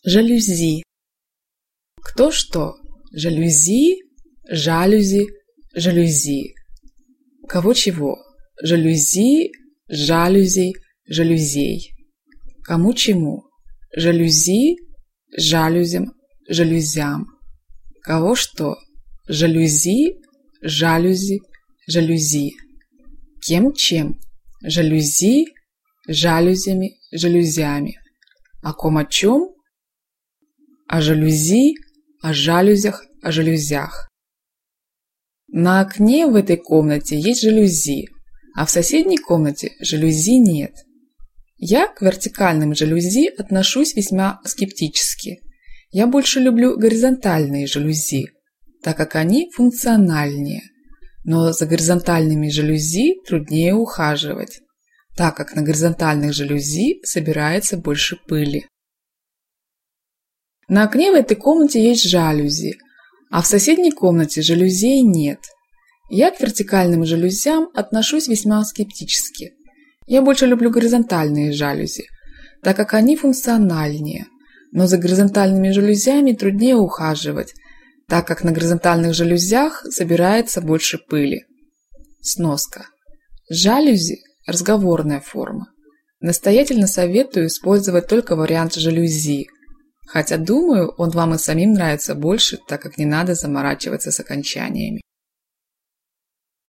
Жалюзи. Кто что? Жалюзи, жалюзи, жалюзи. Кого чего? Жалюзи, жалюзи, жалюзей. Кому чему? Жалюзи, жалюзям, жалюзям. Кого что? Жалюзи, жалюзи, жалюзи. Кем чем? Жалюзи, жалюзями, жалюзями. О ком о чем? О жалюзи, о жалюзях, о жалюзях. На окне в этой комнате есть жалюзи, а в соседней комнате жалюзи нет. Я к вертикальным жалюзи отношусь весьма скептически. Я больше люблю горизонтальные жалюзи, так как они функциональнее. Но за горизонтальными жалюзи труднее ухаживать, так как на горизонтальных жалюзи собирается больше пыли. На окне в этой комнате есть жалюзи, а в соседней комнате жалюзей нет. Я к вертикальным жалюзям отношусь весьма скептически. Я больше люблю горизонтальные жалюзи, так как они функциональнее, но за горизонтальными жалюзями труднее ухаживать, так как на горизонтальных жалюзях собирается больше пыли. Сноска. Жалюзи – разговорная форма. Настоятельно советую использовать только вариант жалюзи, хотя, думаю, он вам и самим нравится больше, так как не надо заморачиваться с окончаниями.